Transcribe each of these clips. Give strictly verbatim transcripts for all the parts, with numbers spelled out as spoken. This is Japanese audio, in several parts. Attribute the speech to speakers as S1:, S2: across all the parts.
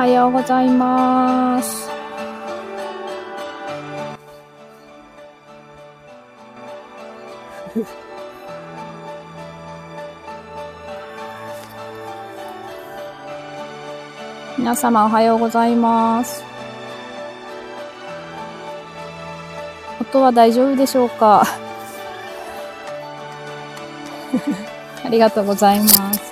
S1: はようございます。皆様おはようございます。音は大丈夫でしょうか？ありがとうございます。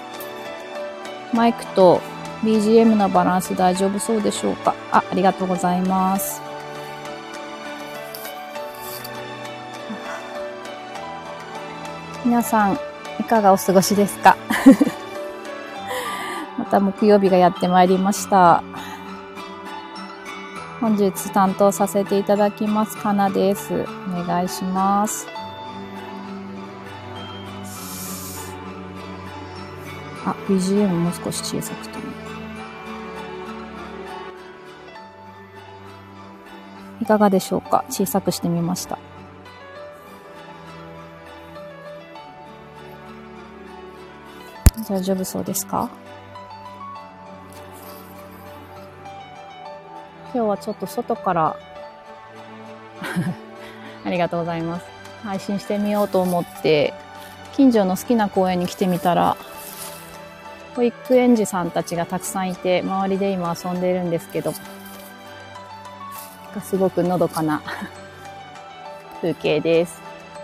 S1: マイクと ビージーエム のバランス大丈夫そうでしょうか？あ、ありがとうございます。皆さんいかがお過ごしですか？また木曜日がやってまいりました。本日担当させていただきますかなです。お願いします。あ、ビージーエム もう少し小さくてもいかがでしょうか？小さくしてみました。大丈夫そうですか？今日はちょっと外からありがとうございます。配信してみようと思って近所の好きな公園に来てみたら保育園児さんたちがたくさんいて周りで今遊んでいるんですけどすごくのどかな風景です。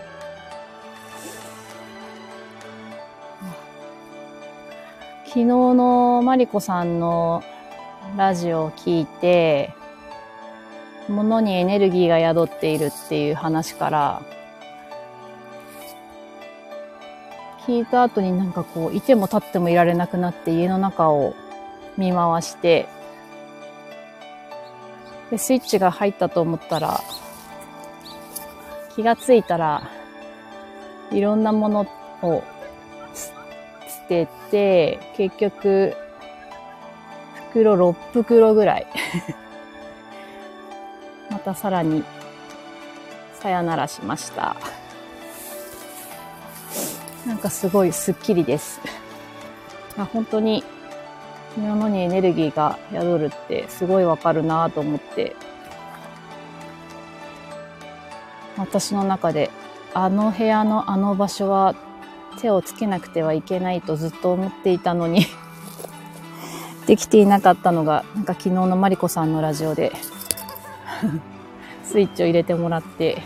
S1: 昨日のマリコさんのラジオを聞いて物にエネルギーが宿っているっていう話から聞いた後になんかこういても立ってもいられなくなって家の中を見回してでスイッチが入ったと思ったら気がついたらいろんなものを捨てて結局袋ろっ袋ぐらいまたさらにさよならしました。なんかすごいスッキリです。本当に物にエネルギーが宿るってすごいわかるなと思って私の中であの部屋のあの場所は手をつけなくてはいけないとずっと思っていたのにできていなかったのがなんか昨日のマリコさんのラジオでスイッチを入れてもらって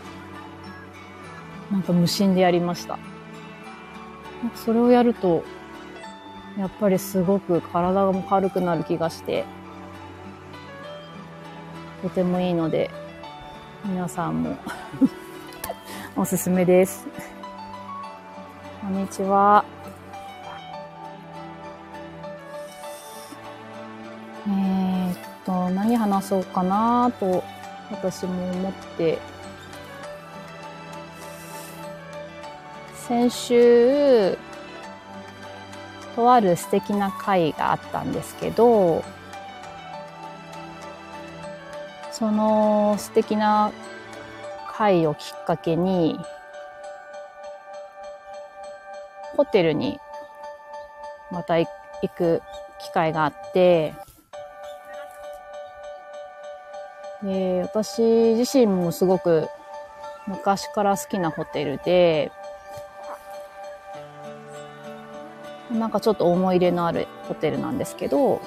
S1: なんか無心でやりました。それをやるとやっぱりすごく体も軽くなる気がしてとてもいいので皆さんもおすすめです。こんにちは。えーっと何話そうかなと私も思って先週とある素敵な会があったんですけどその素敵な会をきっかけにホテルにまた行く機会があってで私自身もすごく昔から好きなホテルでなんかちょっと思い入れのあるホテルなんですけど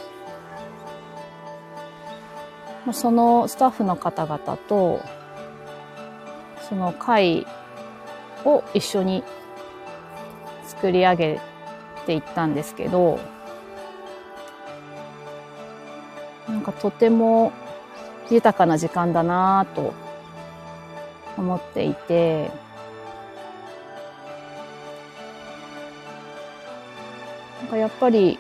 S1: そのスタッフの方々とその会を一緒に作り上げていったんですけどなんかとても豊かな時間だなぁと思っていてなんかやっぱり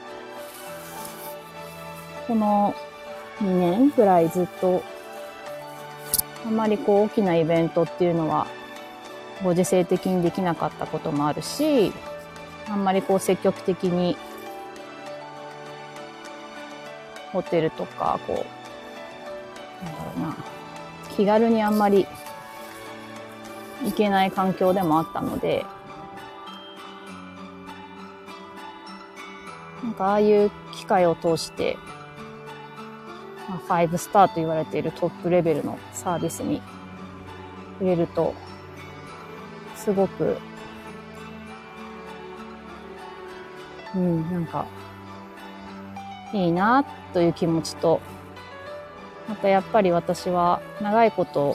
S1: このにねんぐらいずっとあまりこう大きなイベントっていうのはご時世的にできなかったこともあるしあんまりこう積極的にホテルとかこうなんだろうな気軽にあんまり行けない環境でもあったのでなんかああいう機会を通してまあ、ファイブスターと言われているトップレベルのサービスに触れると、すごく、うん、なんか、いいなという気持ちと、またやっぱり私は長いこと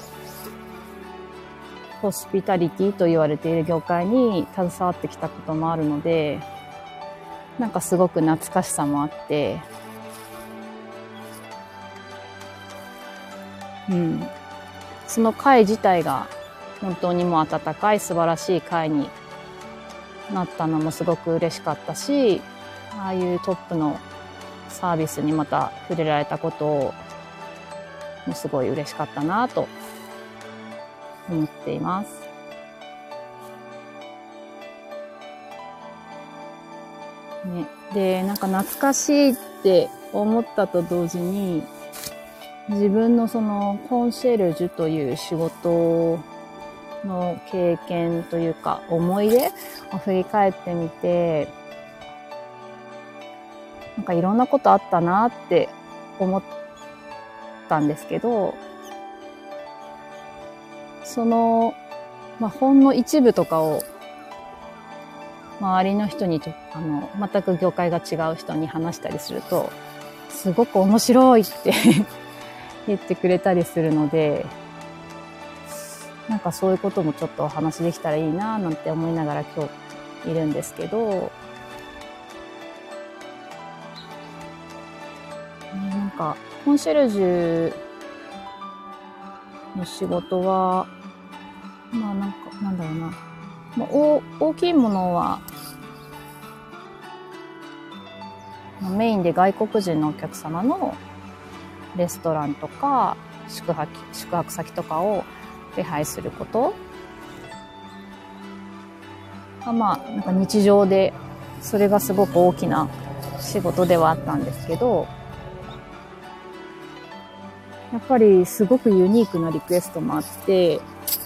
S1: ホスピタリティと言われている業界に携わってきたこともあるので、なんかすごく懐かしさもあって、うん、その会自体が本当にもう温かい素晴らしい会になったのもすごく嬉しかったし、ああいうトップのサービスにまた触れられたことをもすごい嬉しかったなと思っています。ね、で、なんか懐かしいって思ったと同時に、自分のそのコンシェルジュという仕事の経験というか思い出を振り返ってみて、なんかいろんなことあったなって思ったんですけど、その、まあ、ほんの一部とかを周りの人にと、あの、全く業界が違う人に話したりすると、すごく面白いって言ってくれたりするので、なんかそういうこともちょっとお話できたらいいななんて思いながら今日いるんですけど、ね、なんかコンシェルジュの仕事は、まあなんか、なんだろうな、まあ、大, 大きいものは、まあ、メインで外国人のお客様のレストランとか宿泊、宿泊先とかを手配することが、まあ、なんか日常で、それがすごく大きな仕事ではあったんですけど、やっぱりすごくユニークなリクエストもあって、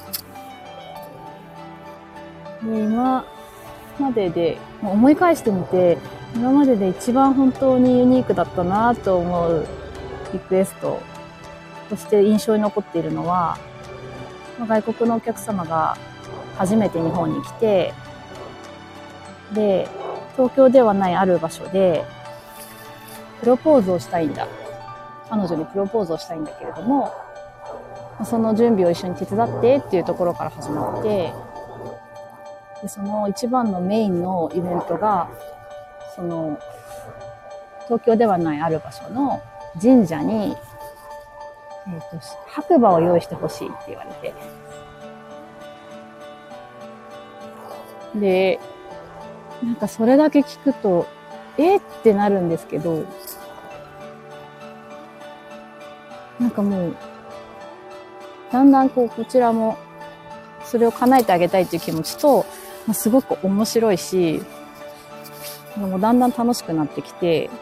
S1: で今までで、思い返してみて、今までで一番本当にユニークだったなと思うリクエストとして印象に残っているのは、外国のお客様が初めて日本に来て、で、東京ではないある場所で、プロポーズをしたいんだ。彼女にプロポーズをしたいんだけれども、その準備を一緒に手伝ってっていうところから始まって、でその一番のメインのイベントが、その、東京ではないある場所の神社に、えっと、白馬を用意してほしいって言われて。で、なんかそれだけ聞くと、えってなるんですけど、なんかもう、だんだんこう、こちらも、それを叶えてあげたいっていう気持ちと、まあ、すごく面白いし、もうだんだん楽しくなってきて、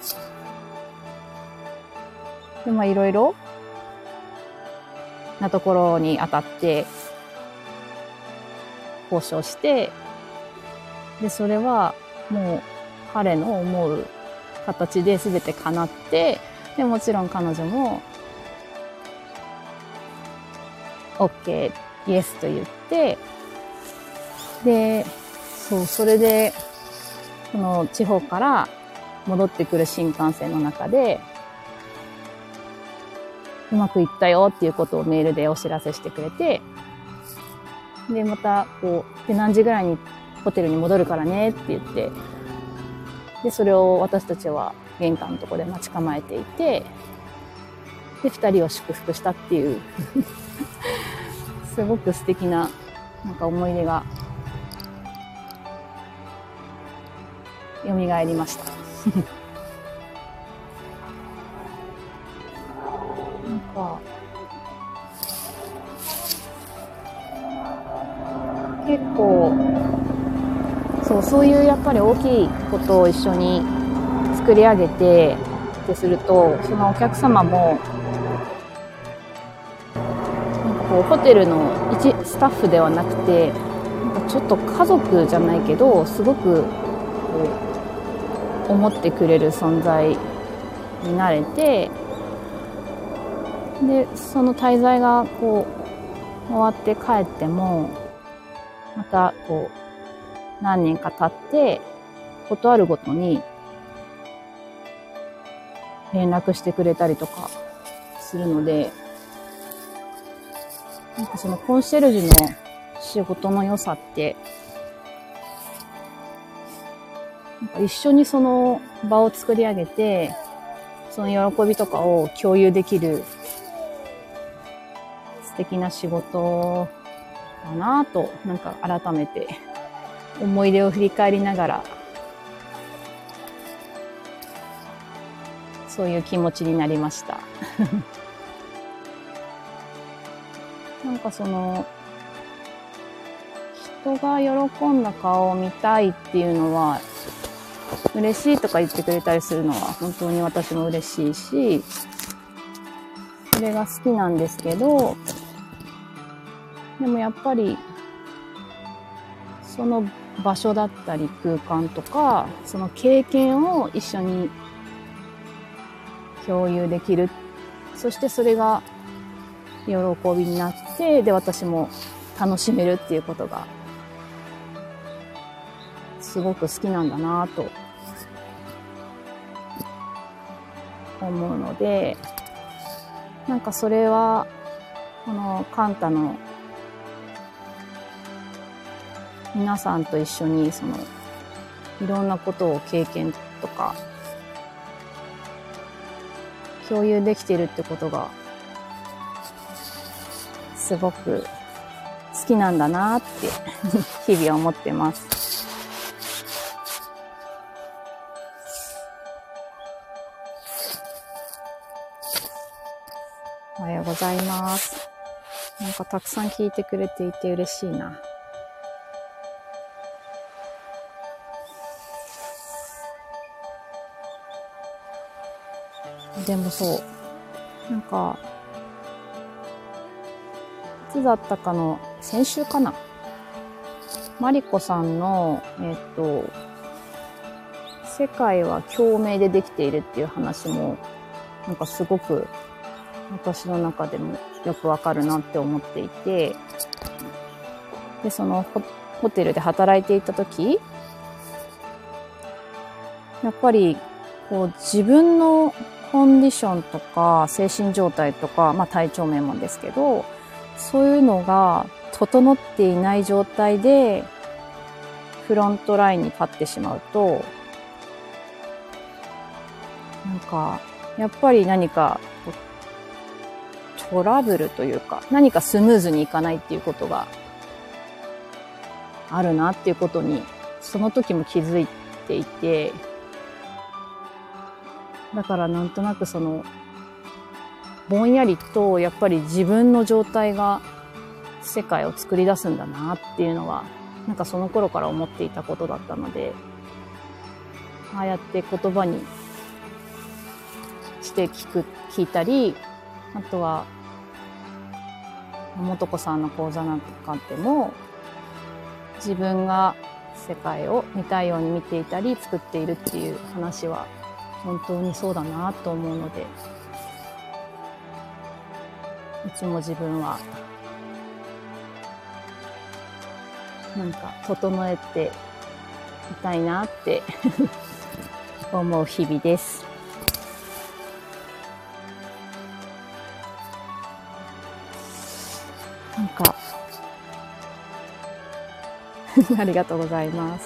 S1: で、まあいろいろなところに当たって、交渉して、で、それはもう彼の思う形で全て叶って、で、もちろん彼女も、OK、イエスと言って、で、そう、それで、その地方から戻ってくる新幹線の中で、うまくいったよっていうことをメールでお知らせしてくれて、で、また、こう、で、何時ぐらいにホテルに戻るからねって言って、で、それを私たちは玄関のところで待ち構えていて、で、二人を祝福したっていう、すごく素敵な、なんか思い出が、蘇りました。なんか、結構、そう、そういうやっぱり大きいことを一緒に作り上げてってすると、そのお客様も、なんかこう、ホテルの一スタッフではなくて、なんかちょっと家族じゃないけど、すごく、こう、思ってくれる存在になれて、 で、その滞在がこう終わって帰っても、またこう何年か経ってことあるごとに連絡してくれたりとかするので、なんかそのコンシェルジュの仕事の良さって、なんか一緒にその場を作り上げて、その喜びとかを共有できる素敵な仕事だなぁと、なんか改めて思い出を振り返りながら、そういう気持ちになりました。なんかその、人が喜んだ顔を見たいっていうのは、嬉しいとか言ってくれたりするのは本当に私も嬉しいし、それが好きなんですけど、でもやっぱり、その場所だったり空間とか、その経験を一緒に共有できる。そしてそれが喜びになって、で、私も楽しめるっていうことが、すごく好きなんだなぁと思うので、なんかそれは、このカンタの皆さんと一緒に、その、いろんなことを経験とか、共有できているってことが、すごく好きなんだなって日々思ってます。おはようございます。なんかたくさん聞いてくれていて嬉しいな。でもそう。なんか、いつだったかの、先週かな。マリコさんの、えっと、世界は共鳴でできているっていう話も、なんかすごく私の中でもよくわかるなって思っていて、で、そのホ、ホテルで働いていた時、やっぱり、こう自分のコンディションとか精神状態とか、まあ体調面もですけど、そういうのが整っていない状態でフロントラインに立ってしまうと、なんか、やっぱり何かトラブルというか、何かスムーズにいかないっていうことがあるなっていうことに、その時も気づいていて、だからなんとなくその、ぼんやりとやっぱり自分の状態が世界を作り出すんだなっていうのは、なんかその頃から思っていたことだったので、ああやって言葉にして聞く、聞いたり、あとは、もとこさんの講座なんかでも、自分が世界を見たいように見ていたり作っているっていう話は本当にそうだなと思うので、いつも自分はなんか整えていたいなって思う日々です。なんかありがとうございます。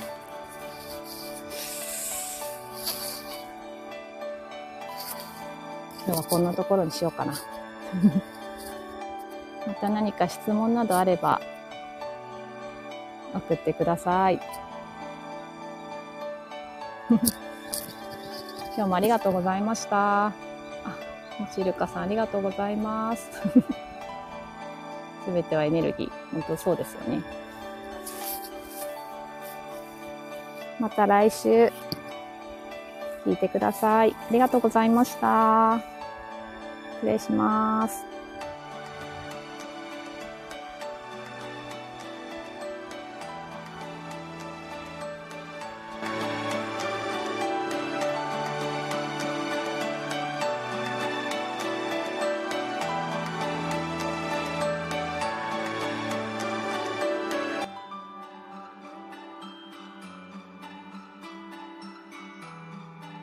S1: 今日はこんなところにしようかな。また何か質問などあれば送ってください。今日もありがとうございました。あ、もちるかさんありがとうございます。すべてはエネルギー。本当そうですよね。また来週聞いてください。ありがとうございました。失礼します。